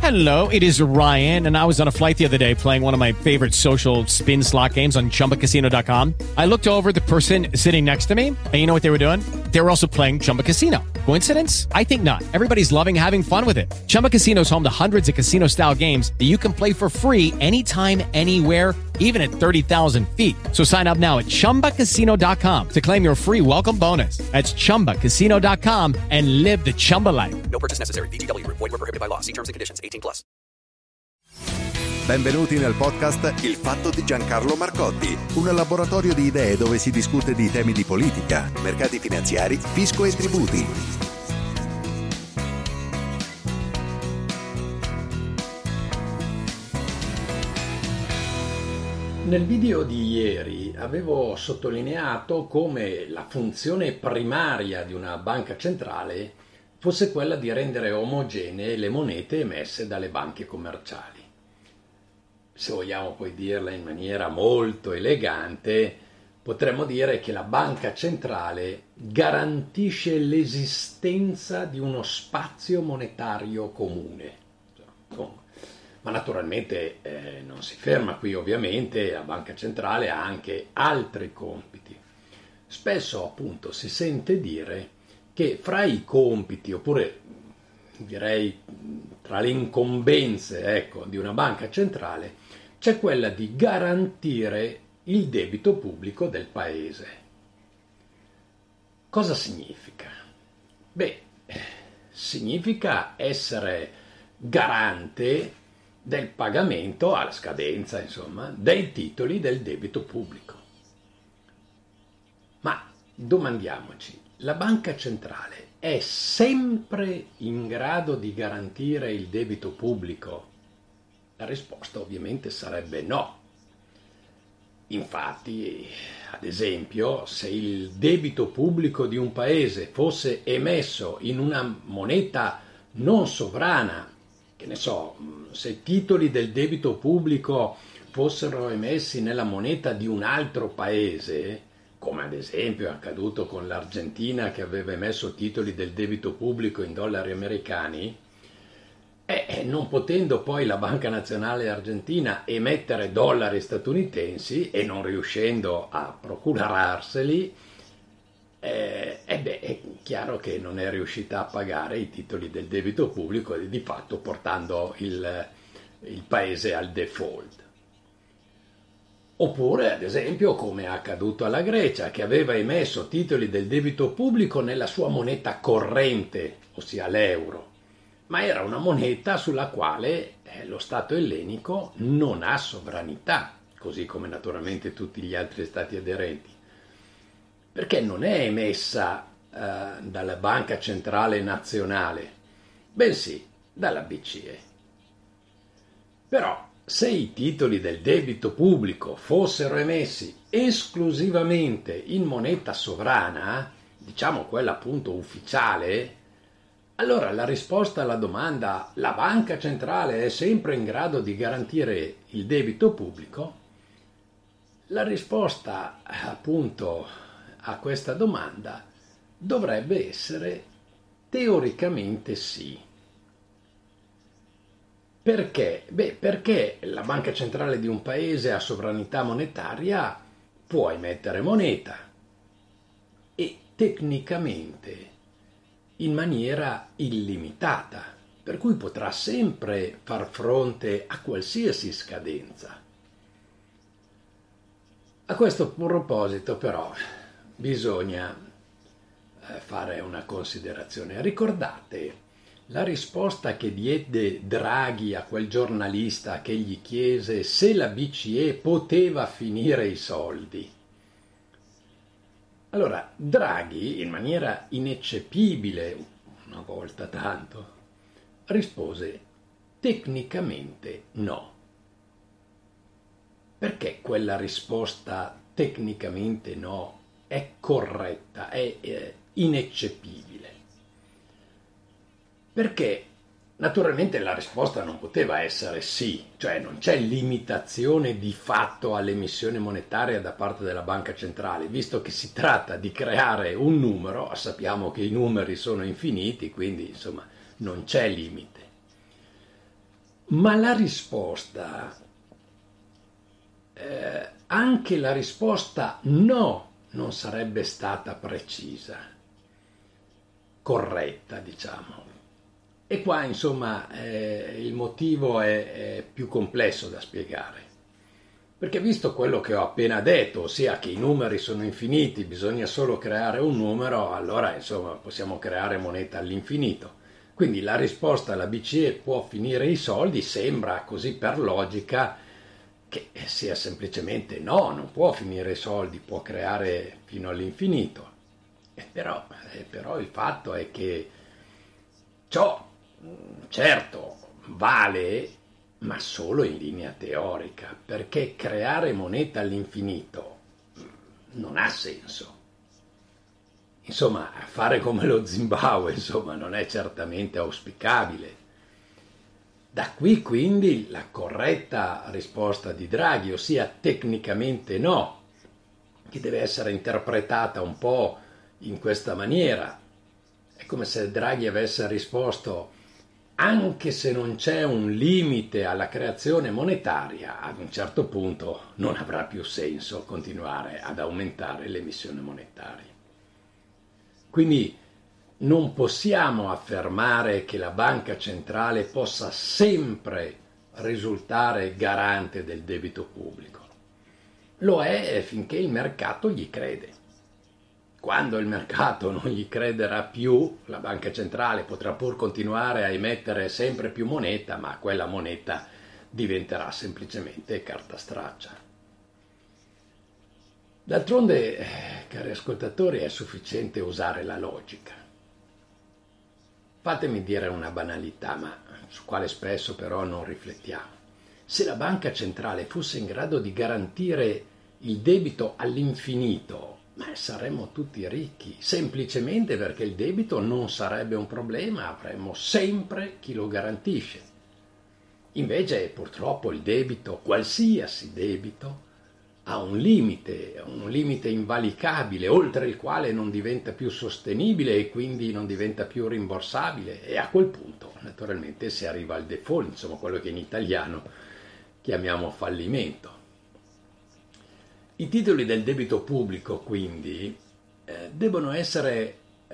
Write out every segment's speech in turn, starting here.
Hello, it is Ryan, and I was on a flight the other day playing one of my favorite social spin slot games on ChumbaCasino.com. I looked over at the person sitting next to me, and you know what they were doing? They were also playing Chumba Casino. Coincidence? I think not. Everybody's loving having fun with it. Chumba Casino is home to hundreds of casino-style games that you can play for free anytime, anywhere, even at 30,000 feet. So sign up now at ChumbaCasino.com to claim your free welcome bonus. That's ChumbaCasino.com and live the Chumba life. No purchase necessary. VGW. Void where prohibited by law. See terms and conditions. 18+. Benvenuti nel podcast Il fatto di Giancarlo Marcotti, un laboratorio di idee dove si discute di temi di politica, mercati finanziari, fisco e tributi. Nel video di ieri avevo sottolineato come la funzione primaria di una banca centrale fosse quella di rendere omogenee le monete emesse dalle banche commerciali. Se vogliamo poi dirla in maniera molto elegante, potremmo dire che la banca centrale garantisce l'esistenza di uno spazio monetario comune. Ma naturalmente non si ferma qui, ovviamente la banca centrale ha anche altri compiti. Spesso appunto si sente dire che fra i compiti, oppure direi tra le incombenze, di una banca centrale, c'è quella di garantire il debito pubblico del paese. Cosa significa? Beh, significa essere garante del pagamento alla scadenza, dei titoli del debito pubblico. Ma domandiamoci, la banca centrale è sempre in grado di garantire il debito pubblico? La risposta ovviamente sarebbe no. Infatti, ad esempio, se il debito pubblico di un paese fosse emesso in una moneta non sovrana, che ne so, se i titoli del debito pubblico fossero emessi nella moneta di un altro paese, come ad esempio è accaduto con l'Argentina che aveva emesso titoli del debito pubblico in dollari americani, non potendo poi la Banca Nazionale Argentina emettere dollari statunitensi e non riuscendo a procurarseli, è chiaro che non è riuscita a pagare i titoli del debito pubblico e di fatto portando il paese al default. Oppure, ad esempio, come è accaduto alla Grecia, che aveva emesso titoli del debito pubblico nella sua moneta corrente, ossia l'euro, ma era una moneta sulla quale lo Stato ellenico non ha sovranità, così come naturalmente tutti gli altri Stati aderenti, perché non è emessa dalla Banca Centrale Nazionale, bensì dalla BCE. Però, se i titoli del debito pubblico fossero emessi esclusivamente in moneta sovrana, diciamo quella appunto ufficiale, allora la risposta alla domanda «la banca centrale è sempre in grado di garantire il debito pubblico?» la risposta appunto a questa domanda dovrebbe essere teoricamente sì. Perché? Perché la banca centrale di un paese a sovranità monetaria può emettere moneta e tecnicamente in maniera illimitata, per cui potrà sempre far fronte a qualsiasi scadenza. A questo proposito però bisogna fare una considerazione. Ricordate la risposta che diede Draghi a quel giornalista che gli chiese se la BCE poteva finire i soldi? Allora, Draghi, in maniera ineccepibile, una volta tanto, rispose tecnicamente no. Perché quella risposta tecnicamente no è corretta, è ineccepibile? Perché naturalmente la risposta non poteva essere sì, cioè non c'è limitazione di fatto all'emissione monetaria da parte della banca centrale, visto che si tratta di creare un numero, sappiamo che i numeri sono infiniti, quindi insomma non c'è limite. Ma la risposta, anche la risposta no, non sarebbe stata precisa, corretta, diciamo. E qua, insomma, il motivo è più complesso da spiegare. Perché visto quello che ho appena detto, ossia che i numeri sono infiniti, bisogna solo creare un numero, allora, insomma, possiamo creare moneta all'infinito. Quindi la risposta alla BCE può finire i soldi, sembra così per logica che sia semplicemente no, non può finire i soldi, può creare fino all'infinito. Però il fatto è che ciò, certo, vale, ma solo in linea teorica, perché creare moneta all'infinito non ha senso. Insomma, fare come lo Zimbabwe, insomma, non è certamente auspicabile. Da qui quindi la corretta risposta di Draghi, ossia tecnicamente no, che deve essere interpretata un po' in questa maniera. È come se Draghi avesse risposto: anche se non c'è un limite alla creazione monetaria, ad un certo punto non avrà più senso continuare ad aumentare l'emissione monetaria. Quindi non possiamo affermare che la banca centrale possa sempre risultare garante del debito pubblico. Lo è finché il mercato gli crede. Quando il mercato non gli crederà più, la banca centrale potrà pur continuare a emettere sempre più moneta, ma quella moneta diventerà semplicemente carta straccia. D'altronde, cari ascoltatori, è sufficiente usare la logica. Fatemi dire una banalità, ma su quale spesso però non riflettiamo. Se la banca centrale fosse in grado di garantire il debito all'infinito, ma saremmo tutti ricchi, semplicemente perché il debito non sarebbe un problema, avremmo sempre chi lo garantisce. Invece, purtroppo, il debito, qualsiasi debito, ha un limite invalicabile, oltre il quale non diventa più sostenibile e quindi non diventa più rimborsabile, e a quel punto naturalmente si arriva al default, insomma quello che in italiano chiamiamo fallimento. I titoli del debito pubblico quindi devono essere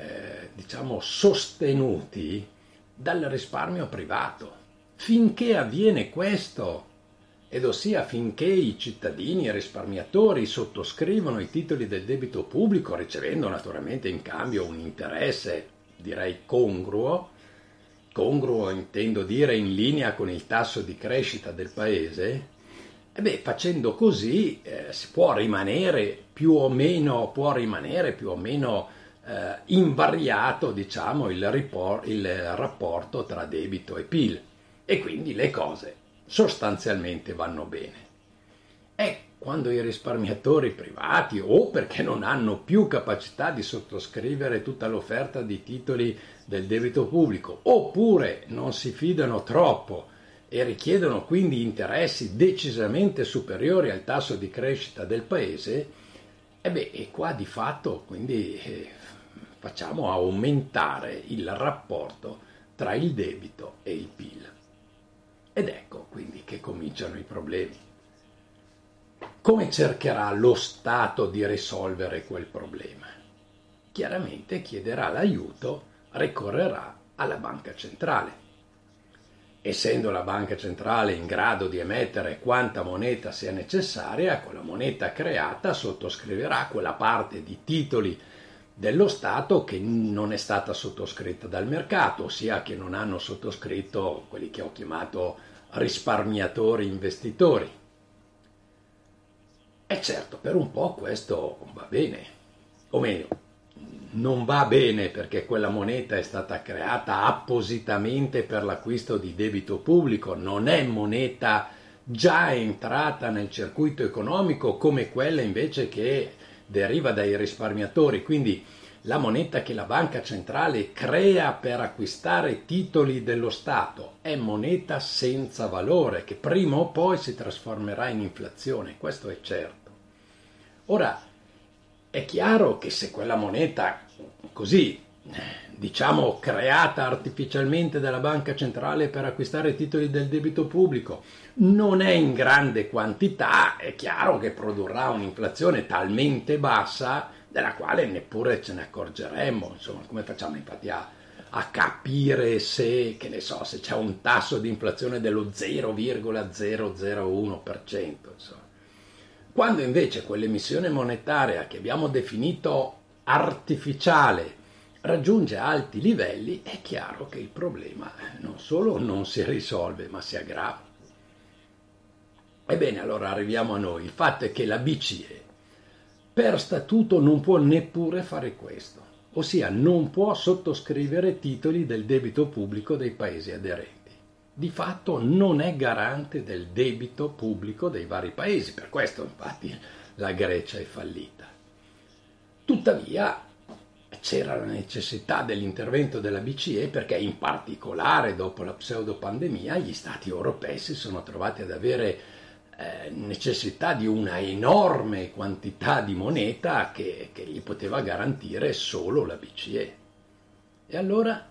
sostenuti dal risparmio privato. Finché avviene questo, ed ossia finché i cittadini e risparmiatori sottoscrivono i titoli del debito pubblico, ricevendo naturalmente in cambio un interesse, direi congruo intendo dire in linea con il tasso di crescita del paese, facendo così si può rimanere più o meno invariato, diciamo, il rapporto tra debito e PIL, e quindi le cose sostanzialmente vanno bene. E quando i risparmiatori privati, o perché non hanno più capacità di sottoscrivere tutta l'offerta di titoli del debito pubblico, oppure non si fidano troppo e richiedono quindi interessi decisamente superiori al tasso di crescita del paese, e qua di fatto quindi facciamo aumentare il rapporto tra il debito e il PIL. Ed ecco quindi che cominciano i problemi. Come cercherà lo Stato di risolvere quel problema? Chiaramente chiederà l'aiuto, ricorrerà alla banca centrale. Essendo la banca centrale in grado di emettere quanta moneta sia necessaria, con la moneta creata sottoscriverà quella parte di titoli dello Stato che non è stata sottoscritta dal mercato, ossia che non hanno sottoscritto quelli che ho chiamato risparmiatori investitori. E certo, per un po' questo va bene, o meglio, non va bene, perché quella moneta è stata creata appositamente per l'acquisto di debito pubblico, non è moneta già entrata nel circuito economico come quella invece che deriva dai risparmiatori. Quindi la moneta che la banca centrale crea per acquistare titoli dello Stato è moneta senza valore, che prima o poi si trasformerà in inflazione, questo è certo. Ora, è chiaro che se quella moneta così diciamo creata artificialmente dalla banca centrale per acquistare titoli del debito pubblico non è in grande quantità, è chiaro che produrrà un'inflazione talmente bassa della quale neppure ce ne accorgeremmo. Insomma, come facciamo infatti a capire se, che ne so, se c'è un tasso di inflazione dello 0,001%, insomma. Quando invece quell'emissione monetaria che abbiamo definito artificiale raggiunge alti livelli, è chiaro che il problema non solo non si risolve, ma si aggrava. Ebbene, allora arriviamo a noi. Il fatto è che la BCE per statuto non può neppure fare questo, ossia non può sottoscrivere titoli del debito pubblico dei paesi aderenti. Di fatto non è garante del debito pubblico dei vari paesi, per questo infatti la Grecia è fallita. Tuttavia c'era la necessità dell'intervento della BCE perché in particolare dopo la pseudopandemia gli stati europei si sono trovati ad avere necessità di una enorme quantità di moneta che gli poteva garantire solo la BCE. E allora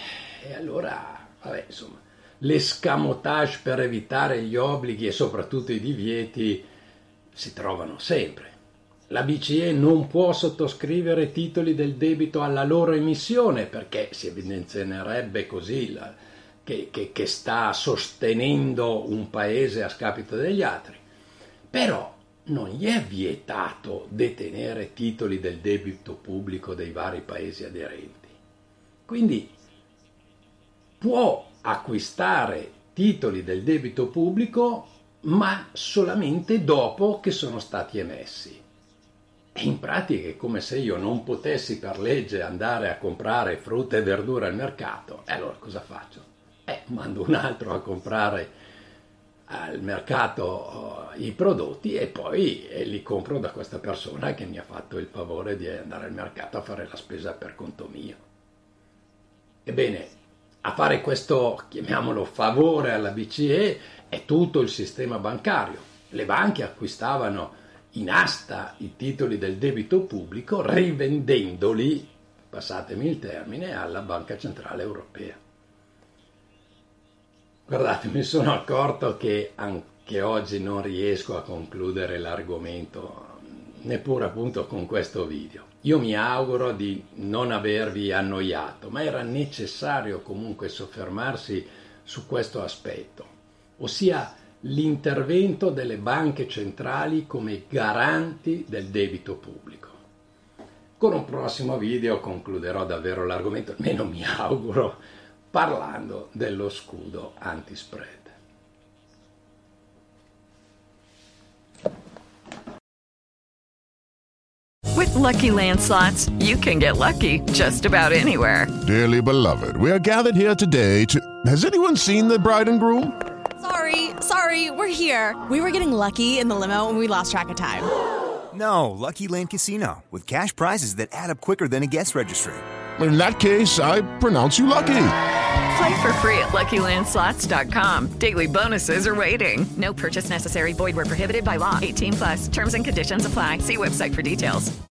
vabbè, insomma, l'escamotage per evitare gli obblighi e soprattutto i divieti si trovano sempre. La BCE non può sottoscrivere titoli del debito alla loro emissione perché si evidenzierebbe così che sta sostenendo un paese a scapito degli altri. Però non gli è vietato detenere titoli del debito pubblico dei vari paesi aderenti. Quindi può acquistare titoli del debito pubblico, ma solamente dopo che sono stati emessi. E in pratica è come se io non potessi per legge andare a comprare frutta e verdura al mercato. E allora cosa faccio? Mando un altro a comprare al mercato i prodotti e poi li compro da questa persona che mi ha fatto il favore di andare al mercato a fare la spesa per conto mio. Ebbene, a fare questo, chiamiamolo, favore alla BCE è tutto il sistema bancario. Le banche acquistavano in asta i titoli del debito pubblico rivendendoli, passatemi il termine, alla Banca Centrale Europea. Guardate, mi sono accorto che anche oggi non riesco a concludere l'argomento, neppure appunto con questo video. Io mi auguro di non avervi annoiato, ma era necessario comunque soffermarsi su questo aspetto, ossia l'intervento delle banche centrali come garanti del debito pubblico. Con un prossimo video concluderò davvero l'argomento, almeno mi auguro, parlando dello scudo anti-spread. With Lucky Land Slots, you can get lucky just about anywhere. Dearly beloved, we are gathered here today to... Has anyone seen the bride and groom? Sorry, we're here. We were getting lucky in the limo and we lost track of time. No, Lucky Land Casino, with cash prizes that add up quicker than a guest registry. In that case, I pronounce you lucky. Play for free at LuckyLandSlots.com. Daily bonuses are waiting. No purchase necessary. Void where prohibited by law. 18+. Terms and conditions apply. See website for details.